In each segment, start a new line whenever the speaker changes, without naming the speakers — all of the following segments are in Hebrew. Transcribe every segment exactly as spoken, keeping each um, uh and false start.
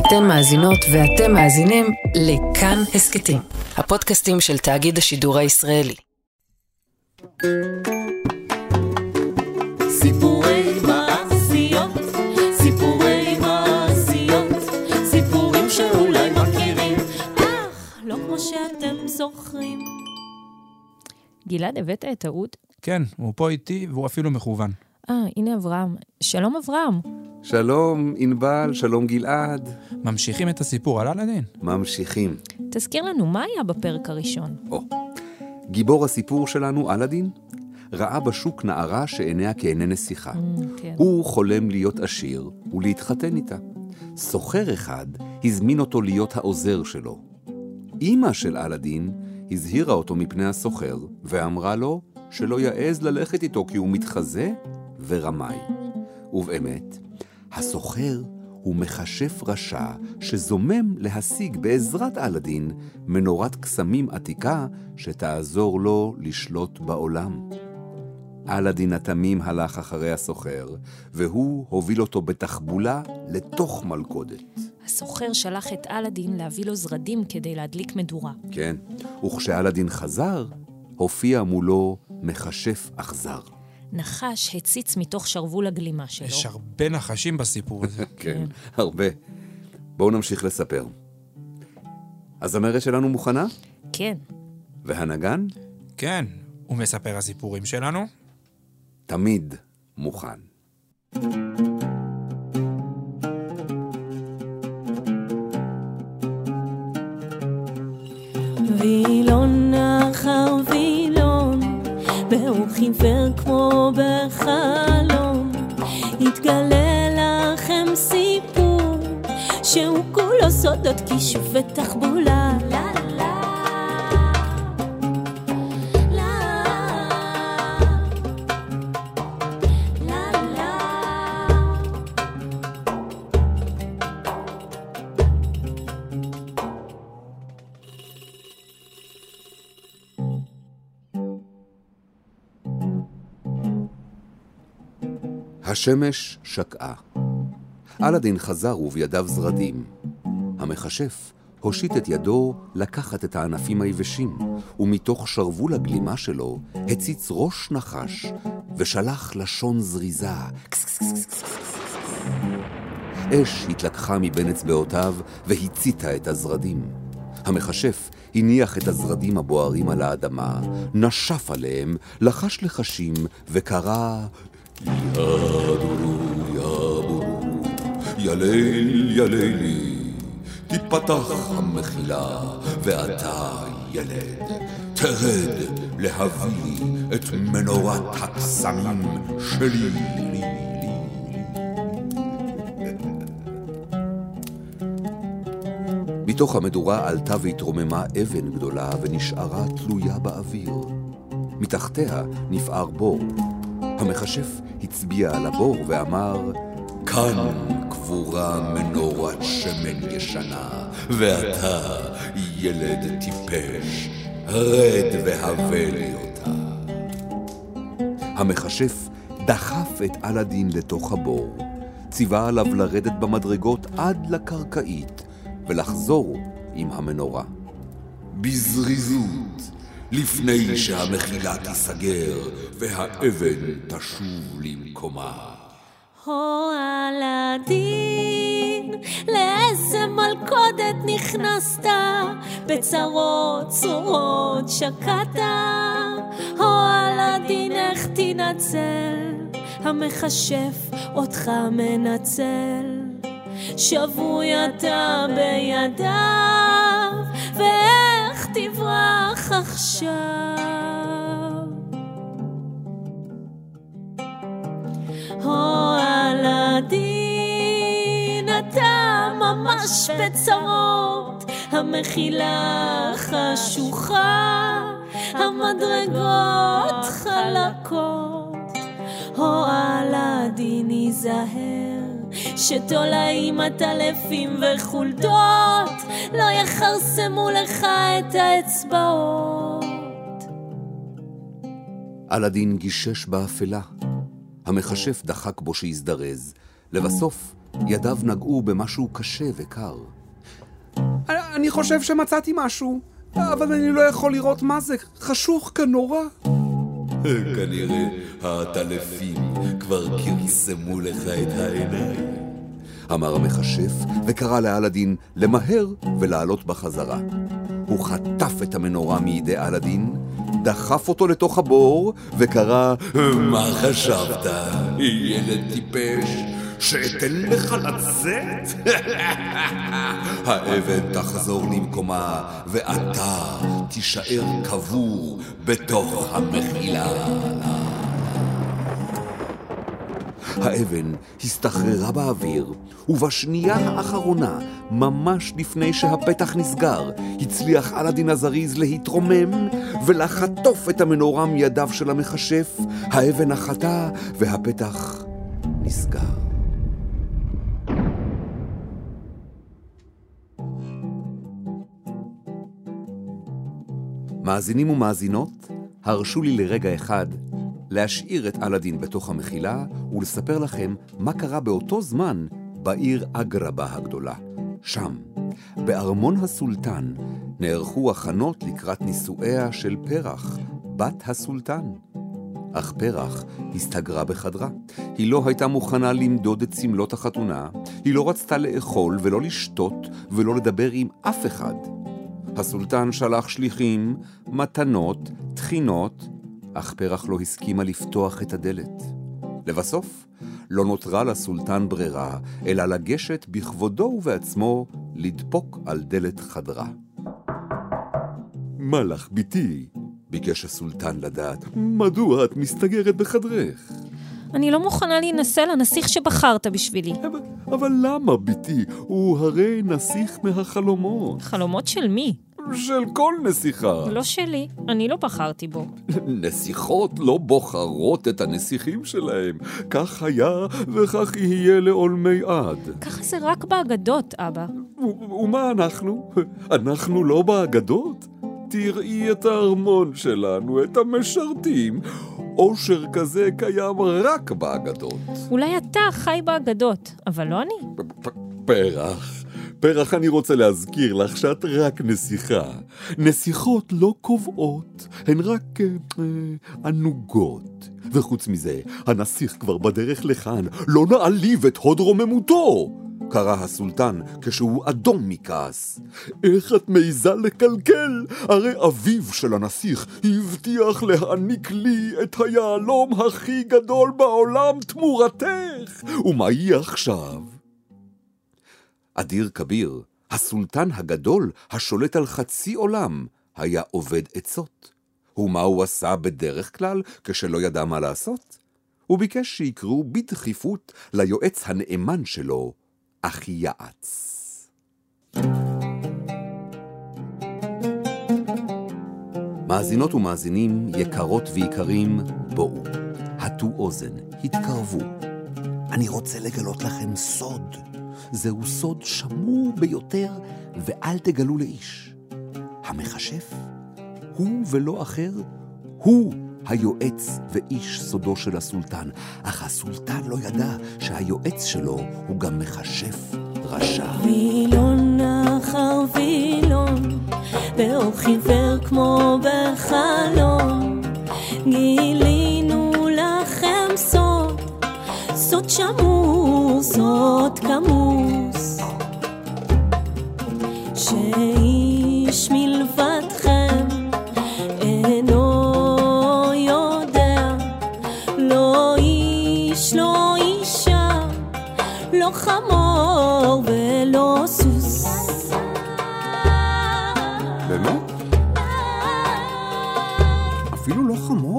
אתן מאזינות ואתם מאזינים לכאן הסקטים, הפודקאסטים של תאגיד השידור הישראלי.
סיפורי מעשיות, סיפורי מעשיות, סיפורים שאולי מכירים, אך לא כמו שאתם זוכרים.
גלעד, הבאת את העוד?
כן, הוא פה איתי והוא אפילו מכוון.
אה, הנה אברהם. שלום אברהם.
שלום ענבל, שלום גלעד.
ממשיכים את הסיפור על אלאדין?
ממשיכים.
תזכיר לנו, מה היה בפרק הראשון?
או, גיבור הסיפור שלנו, אלאדין, ראה בשוק נערה שעיניה כעיני נסיכה.
Mm, כן.
הוא חולם להיות עשיר ולהתחתן איתה. סוחר אחד הזמין אותו להיות העוזר שלו. אמא של אלאדין הזהירה אותו מפני הסוחר, ואמרה לו שלא יעז ללכת איתו כי הוא מתחזה ורמאי. ובאמת, הסוחר הוא מכשף רשע שזומם להשיג בעזרת אלאדין מנורת קסמים עתיקה שתעזור לו לשלוט בעולם. אלאדין התמים הלך אחרי הסוחר, והוא הוביל אותו בתחבולה לתוך מלכודת.
הסוחר שלח את אלאדין להביא לו זרדים כדי להדליק מדורה.
כן, וכשאלאדין חזר, הופיע מולו מכשף אכזר.
נחש הציץ מתוך שרוול הגלימה שלו.
יש הרבה נחשים בסיפור הזה.
כן, הרבה. בואו נמשיך לספר. הזמרת שלנו מוכנה?
כן.
והנגן?
כן, הוא מספר הסיפורים שלנו?
תמיד מוכן.
וילון אחר וילון, והוא חיוור כמו בחלום, יתגלה לכם סיפור שהוא כולו סודות כישוף ותחבולה. לה לה לה לה לה.
השמש שקעה. אלאדין חזר ובידיו זרדים. המכשף הושיט את ידו לקחת את הענפים היבשים, ומתוך שרוול הגלימה שלו הציץ ראש נחש ושלח לשון זריזה. אש התלקחה מבין אצבעותיו והציתה את הזרדים. המכשף הניח את הזרדים הבוערים על האדמה, נשף עליהם, לחש לחשים וקרא ידורו, יבורו, יליל, ילילי, תיפתח המחילה, ואתה ילד, תרד להביא את מנורת הקסמים שלי. מתוך המדורה עלתה והתרוממה אבן גדולה ונשארה תלויה באוויר. מתחתיה נפער בור. המכשף הצביע על הבור ואמר, כאן קבורה מנורת שמן ישנה, ואתה ילד טיפש, רד והווה לי אותה. המכשף דחף את אלאדין לתוך הבור, ציווה עליו לרדת במדרגות עד לקרקעית ולחזור עם המנורה. בזריזות, לפני שהמחילה תיסגר והאבן תשוב למקומה.
הו אלאדין, לאיזה מלכודת נכנסת, בצרות צורות שקעת. הו אלאדין, איך תנצל, המכשף אותך מנצל. שבוי אתה בידיו, ואיך תברח עכשיו. הו אלאדין, אתה ממש בצרות, המחילה חשוכה, המדרגות חלקות. הו אלאדין, ייזהר, שתולעים הטלפים וחולדות לא יחרסמו לך את האצבעות.
אלאדין גישש באפלה. המכשף דחק בו שיזדרז, לבסוף ידיו נגעו במשהו קשה וקר. אני חושב שמצאתי משהו, אבל אני לא יכול לראות מה זה. חשוך כנורא.
כנראה העטלפים כבר כרסמו לך את העיניים,
אמר המכשף וקרא לאלאדין למהר ולעלות בחזרה. הוא חטף את המנורה מידי אלאדין, דחף אותו לתוך הבור וקרא,
מה חשבת, ילד טיפש, שאתן לך לצאת?
האבן תחזור למקומה ואתה תישאר קבור בתוך המחילה. האבן הסתחררה באוויר, ובשנייה האחרונה, ממש לפני שהפתח נסגר, הצליח אלאדין הזריז להתרומם ולחטוף את המנורה מידיו של המכשף. האבן נחתה והפתח נסגר. מאזינים ומאזינות, הרשו לי לרגע אחד להשאיר את אלאדין בתוך המחילה ולספר לכם מה קרה באותו זמן בעיר אגרבה הגדולה. שם, בארמון הסולטן, נערכו הכנות לקראת נישואיה של פרח, בת הסולטן. אך פרח הסתגרה בחדרה. היא לא הייתה מוכנה למדוד את סמלות החתונה, היא לא רצתה לאכול ולא לשתות ולא לדבר עם אף אחד. הסולטן שלח שליחים, מתנות, תחינות, אך פרח לא הסכימה לפתוח את הדלת. לבסוף, לא נותרה לסולטן ברירה, אלא לגשת בכבודו ובעצמו לדפוק על דלת חדרה. מה לך, ביתי? ביקש הסולטן לדעת. מדוע את מסתגרת בחדרך?
אני לא מוכנה להינשא לנסיך שבחרת בשבילי.
אבל, אבל למה, ביתי? הוא הרי נסיך מהחלומות.
חלומות של מי?
של כל נסיכה.
לא שלי, אני לא בחרתי בו.
נסיכות לא בוחרות את הנסיכים שלהם. כך היה וכך יהיה לעולמי עד.
ככה זה רק באגדות, אבא.
ו- ומה אנחנו? אנחנו לא באגדות? תראי את הארמון שלנו, את המשרתים. אושר כזה קיים רק באגדות.
אולי אתה חי באגדות, אבל לא אני.
פרח, פרח, אני רוצה להזכיר לך שאת רק נסיכה. נסיכות לא קובעות, הן רק אה, ענוגות. וחוץ מזה, הנסיך כבר בדרך לכאן, לא נעליב את הוד רוממותו. קרא הסולטן כשהוא אדום מכעס. איך את מעיזה לקלקל? הרי אביו של הנסיך הבטיח להעניק לי את היעלום הכי גדול בעולם תמורתך. ומה יהיה עכשיו? אדיר כביר, הסולטן הגדול השולט על חצי עולם, היה עובד עצות. ומה הוא עשה בדרך כלל כשלא ידע מה לעשות? הוא ביקש שיקראו בדחיפות ליועץ הנאמן שלו, אחי יעץ. מאזינות ומאזינים יקרות ויקרים, בואו, הטו אוזן, התקרבו. אני רוצה לגלות לכם סוד. זהו סוד שמור ביותר, ואל תגלו לאיש. המכשף הוא ולא אחר, הוא היועץ ואיש סודו של הסולטן, אך הסולטן לא ידע שהיועץ שלו הוא גם מכשף רשע.
וילון אחר וילון, באור חיוור כמו בחלום, גילינו לכם סוד, סוד שמור, סוד כמוס, שאיש מלבדכם אינו יודע, לא איש, לא אישה, לא חמור ולא סוס.
באמת? אפילו לא חמור?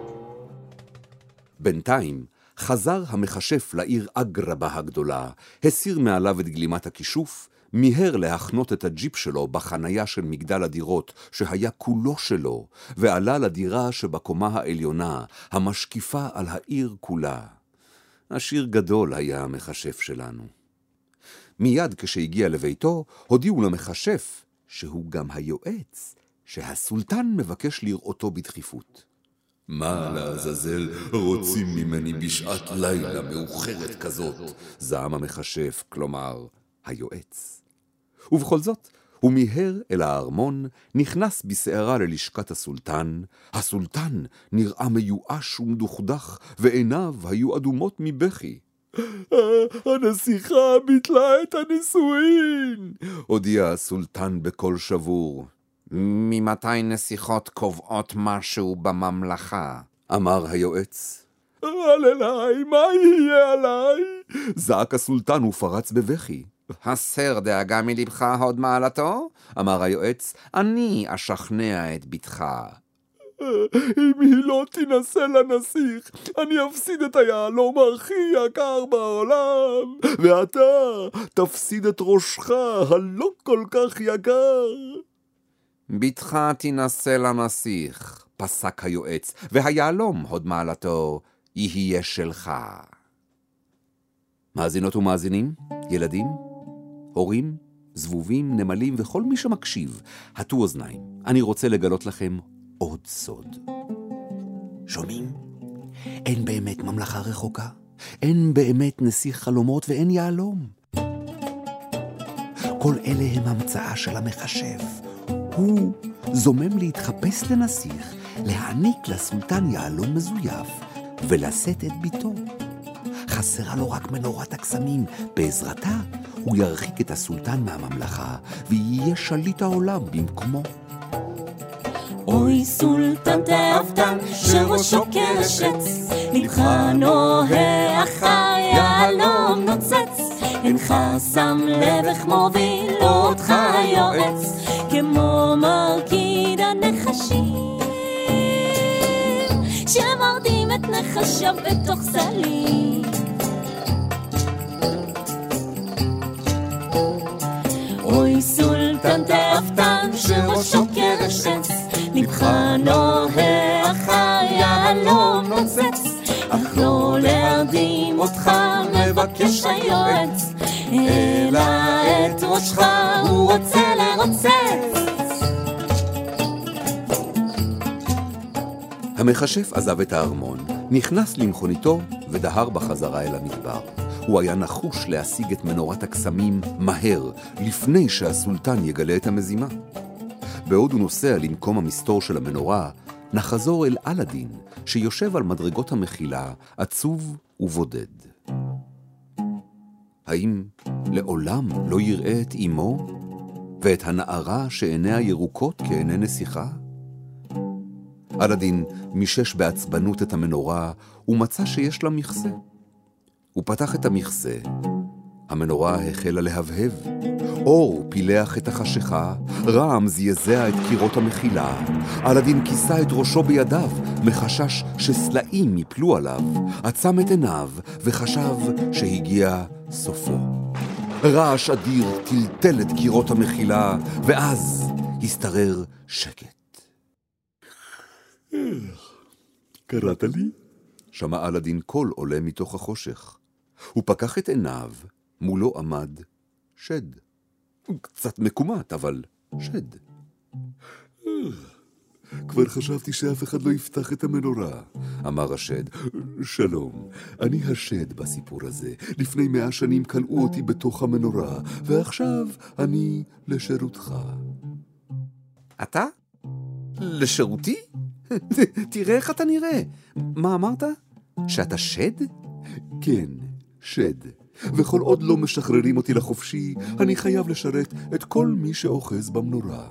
בינתיים חזר המכשף לעיר אגרבה הגדולה, הסיר מעליו את גלימת הכישוף, מיהר להחנות את הג'יפ שלו בחנייה של מגדל הדירות שהיה כולו שלו, ועלה לדירה שבקומה העליונה, המשקיפה על העיר כולה. עשיר גדול היה המכשף שלנו. מיד כשהגיע לביתו, הודיעו למכשף שהוא גם היועץ, שהסולטן מבקש לראותו בדחיפות.
מה לעזאזל רוצים ממני בשעת לילה מאוחרת כזאת?
זעם המכשף, כלומר, היועץ. ובכל זאת, הוא מיהר אל הארמון, נכנס בסערה ללשכת הסולטן. הסולטן נראה מיואש ומדוכדך, ועיניו היו אדומות מבכי.
הנסיכה ביטלה את הנישואין,
הודיע הסולטן בקול שבור. ממתי נסיכות קובעות משהו בממלכה? אמר היועץ.
על אליי, מה יהיה עליי?
זעק הסולטן ופרץ בבכי. הסר דאגה מלבך הוד מעלתו? אמר היועץ, אני אשכנע את בתך.
אם היא לא תנסה לנסיך, אני אפסיד את היהלום הכי יקר בעולם, ואתה תפסיד את ראשך הלא כל כך יקר.
בתך תנסה לנסיך, פסק היועץ, והיהלום הוד מעלתו יהיה שלך. מאזינות ומאזינים, ילדים, הורים, זבובים, נמלים וכל מי שמקשיב, הטו אוזניים. אני רוצה לגלות לכם עוד סוד. שומעים? אין באמת ממלכה רחוקה, אין באמת נסיך חלומות ואין יהלום. כל אלה הם המצאה של המחשב. הוא זומם להתחפש לנסיך, להעניק לסולטן יהלום מזויף ולשאת את ביתו. חסרה לו רק מנורת הקסמים, בעזרתה הוא ירחיק את הסולטן מהממלכה ויהיה שליט העולם במקומו.
אוי סולטן תאבדן שראשו קרשץ, לבך נוהה אחר יהלום נוצץ, אינך שם לב איך מוביל אותך היועץ, כמו מרקיד הנחשים שמרדים את נחשיו בתוך סלים. אוי סולטן תאבדן שראשו קרשץ, לבך נוהה אחר יהלום נוצץ, אך לא להרדים אותך מבקש היועץ, אלא את ראשך הוא רוצה לרוצץ.
המכשף עזב את הארמון, נכנס למכוניתו ודהר בחזרה אל המדבר. הוא היה נחוש להשיג את מנורת הקסמים מהר, לפני שהסולטן יגלה את המזימה. בעוד הוא נוסע למקום המסתור של המנורה, נחזור אל אלאדין, שיושב על מדרגות המחילה, עצוב ובודד. האם לעולם לא יראה את אמו, ואת הנערה שעיניה ירוקות כעיני נסיכה? אלאדין מישש בעצבנות את המנורה, ומצא שיש לה מכסה. הוא פתח את המכסה, המנורה החלה להבהב. אור פילח את החשיכה, רעם זיזע את קירות המחילה. אלאדין כיסה את ראשו בידיו, מחשש שסלעים יפלו עליו. עצם את עיניו וחשב שהגיע סופו. רעש אדיר טלטל את קירות המחילה, ואז הסתרר שקט.
קראת לי?
שמע אלאדין קול עולה מתוך החושך. הוא פקח את עיניו, מולו עמד שד. קצת מקומט, אבל שד.
כבר חשבתי שאף אחד לא יפתח את המנורה,
אמר השד.
שלום, אני השד בסיפור הזה. לפני מאה שנים קלעו אותי בתוך המנורה, ועכשיו אני לשירותך.
אתה? לשירותי? תראה איך אתה נראה. מה אמרת? שאתה שד?
כן, שד. וכל עוד לא משחררים אותי לחופשי, אני חייב לשרת את כל מי שאוחז במנורה.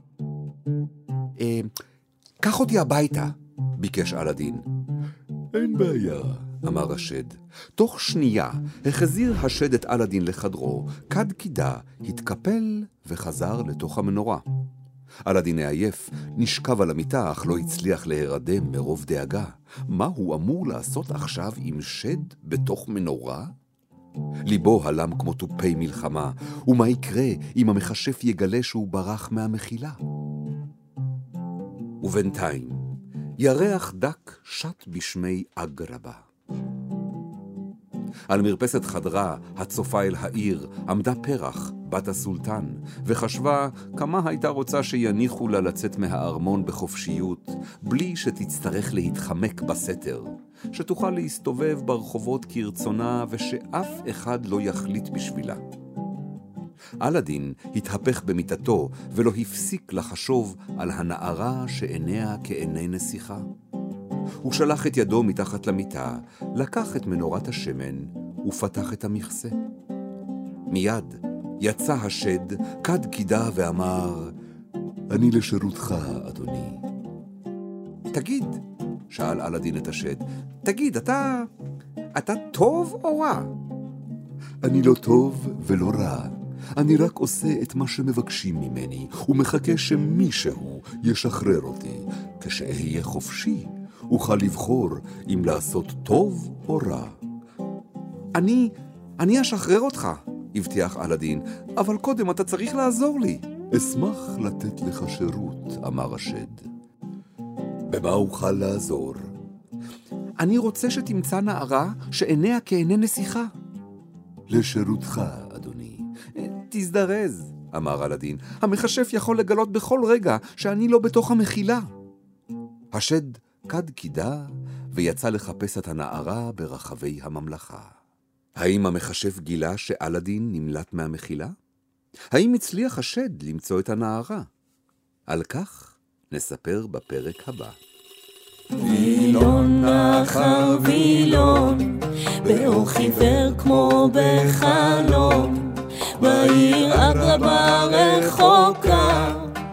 אה, קח אותי הביתה, ביקש אלאדין.
אין בעיה,
אמר השד. תוך שנייה החזיר השד את אלאדין לחדרו, כד קידה, התקפל וחזר לתוך המנורה. אלאדין העייף נשכב על המיטה, אך לא הצליח להירדם מרוב דאגה. מה הוא אמור לעשות עכשיו עם שד בתוך מנורה? ליבו הלם כמו טופי מלחמה, ומה יקרה אם המכשף יגלה שהוא ברח מהמחילה? ובינתיים, ירח דק שט בשמי אגרבה. על מרפסת חדרה, הצופה אל העיר, עמדה פרח, בת הסולטן, וחשבה כמה הייתה רוצה שיניחו לה לצאת מהארמון בחופשיות, בלי שתצטרך להתחמק בסתר, שתוכל להסתובב ברחובות כרצונה ושאף אחד לא יחליט בשבילה. אלאדין התהפך במיטתו ולא הפסיק לחשוב על הנערה שעיניה כעיני נסיכה. הוא שלח את ידו מתחת למיטה, לקח את מנורת השמן ופתח את המכסה. מיד יצא השד, קד קידה ואמר,
אני לשירותך, אדוני.
תגיד, שאל אלאדין את השד, תגיד, אתה, אתה טוב או רע?
אני לא טוב ולא רע. אני רק עושה את מה שמבקשים ממני, ומחכה שמישהו ישחרר אותי. כשאהיה חופשי, אוכל לבחור אם לעשות טוב או רע.
אני, אני אשחרר אותך, הבטיח אלאדין, אבל קודם אתה צריך לעזור לי.
אשמח לתת לך שירות, אמר השד. במה אוכל לעזור?
אני רוצה שתמצא נערה שעיניה כעיני נסיכה.
לשירותך, אדוני.
תזדרז, אמר אלאדין. המכשף יכול לגלות בכל רגע שאני לא בתוך המחילה. השד קד קידה ויצא לחפש את הנערה ברחבי הממלכה. האם המכשף גילה שאלאדין נמלט מהמחילה? האם הצליח השד למצוא את הנערה? על כך נספר בפרק הבא.
וילון אחר וילון, באור חיוור כמו בחלום, בעיר אדרבה רחוקה,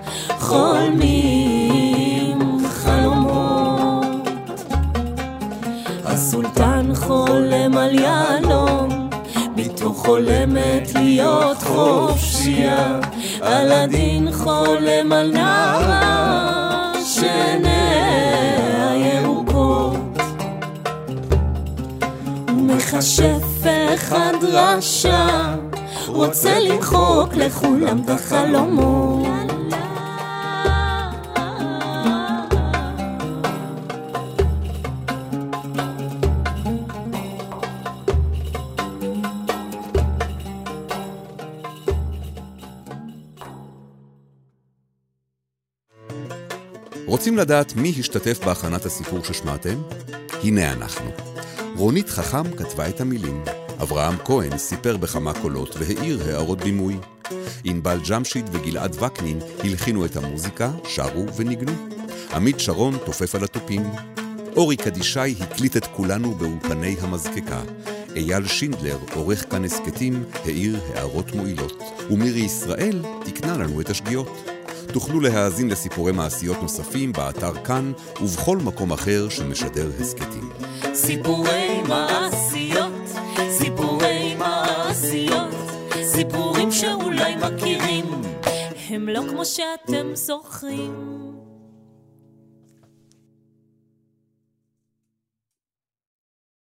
חולמים חלומות. הסולטן חולם על יהלום, ביתו חולמת להיות חופשייה, אלאדין חולם על נערה שעיניה ירוקות. ומכשף אחד רשע רוצה למחוק לכולם את החלומות.
רוצים לדעת מי השתתף בהכנת הסיפור ששמעתם? הנה אנחנו. רונית חכם כתבה את המילים. אברהם כהן סיפר בכמה קולות והעיר הערות בימוי. ענבל ג'משיד וגלעד וקנין הלחינו את המוזיקה, שרו וניגנו. עמית שרון תופף על התופים. אורי קדישי הקליט את כולנו באולפני המזקקה. אייל שינדלר, עורך כאן הסקטים, העיר הערות מועילות. ומירי ישראל תקנה לנו את השגיאות. תוכלו להאזין לסיפורי מעשיות נוספים באתר כאן ובכל מקום אחר שמשדר הסקטים.
סיפורי מעשיות, סיפורי מעשיות, סיפורים שאולי מכירים, הם לא כמו שאתם זוכרים.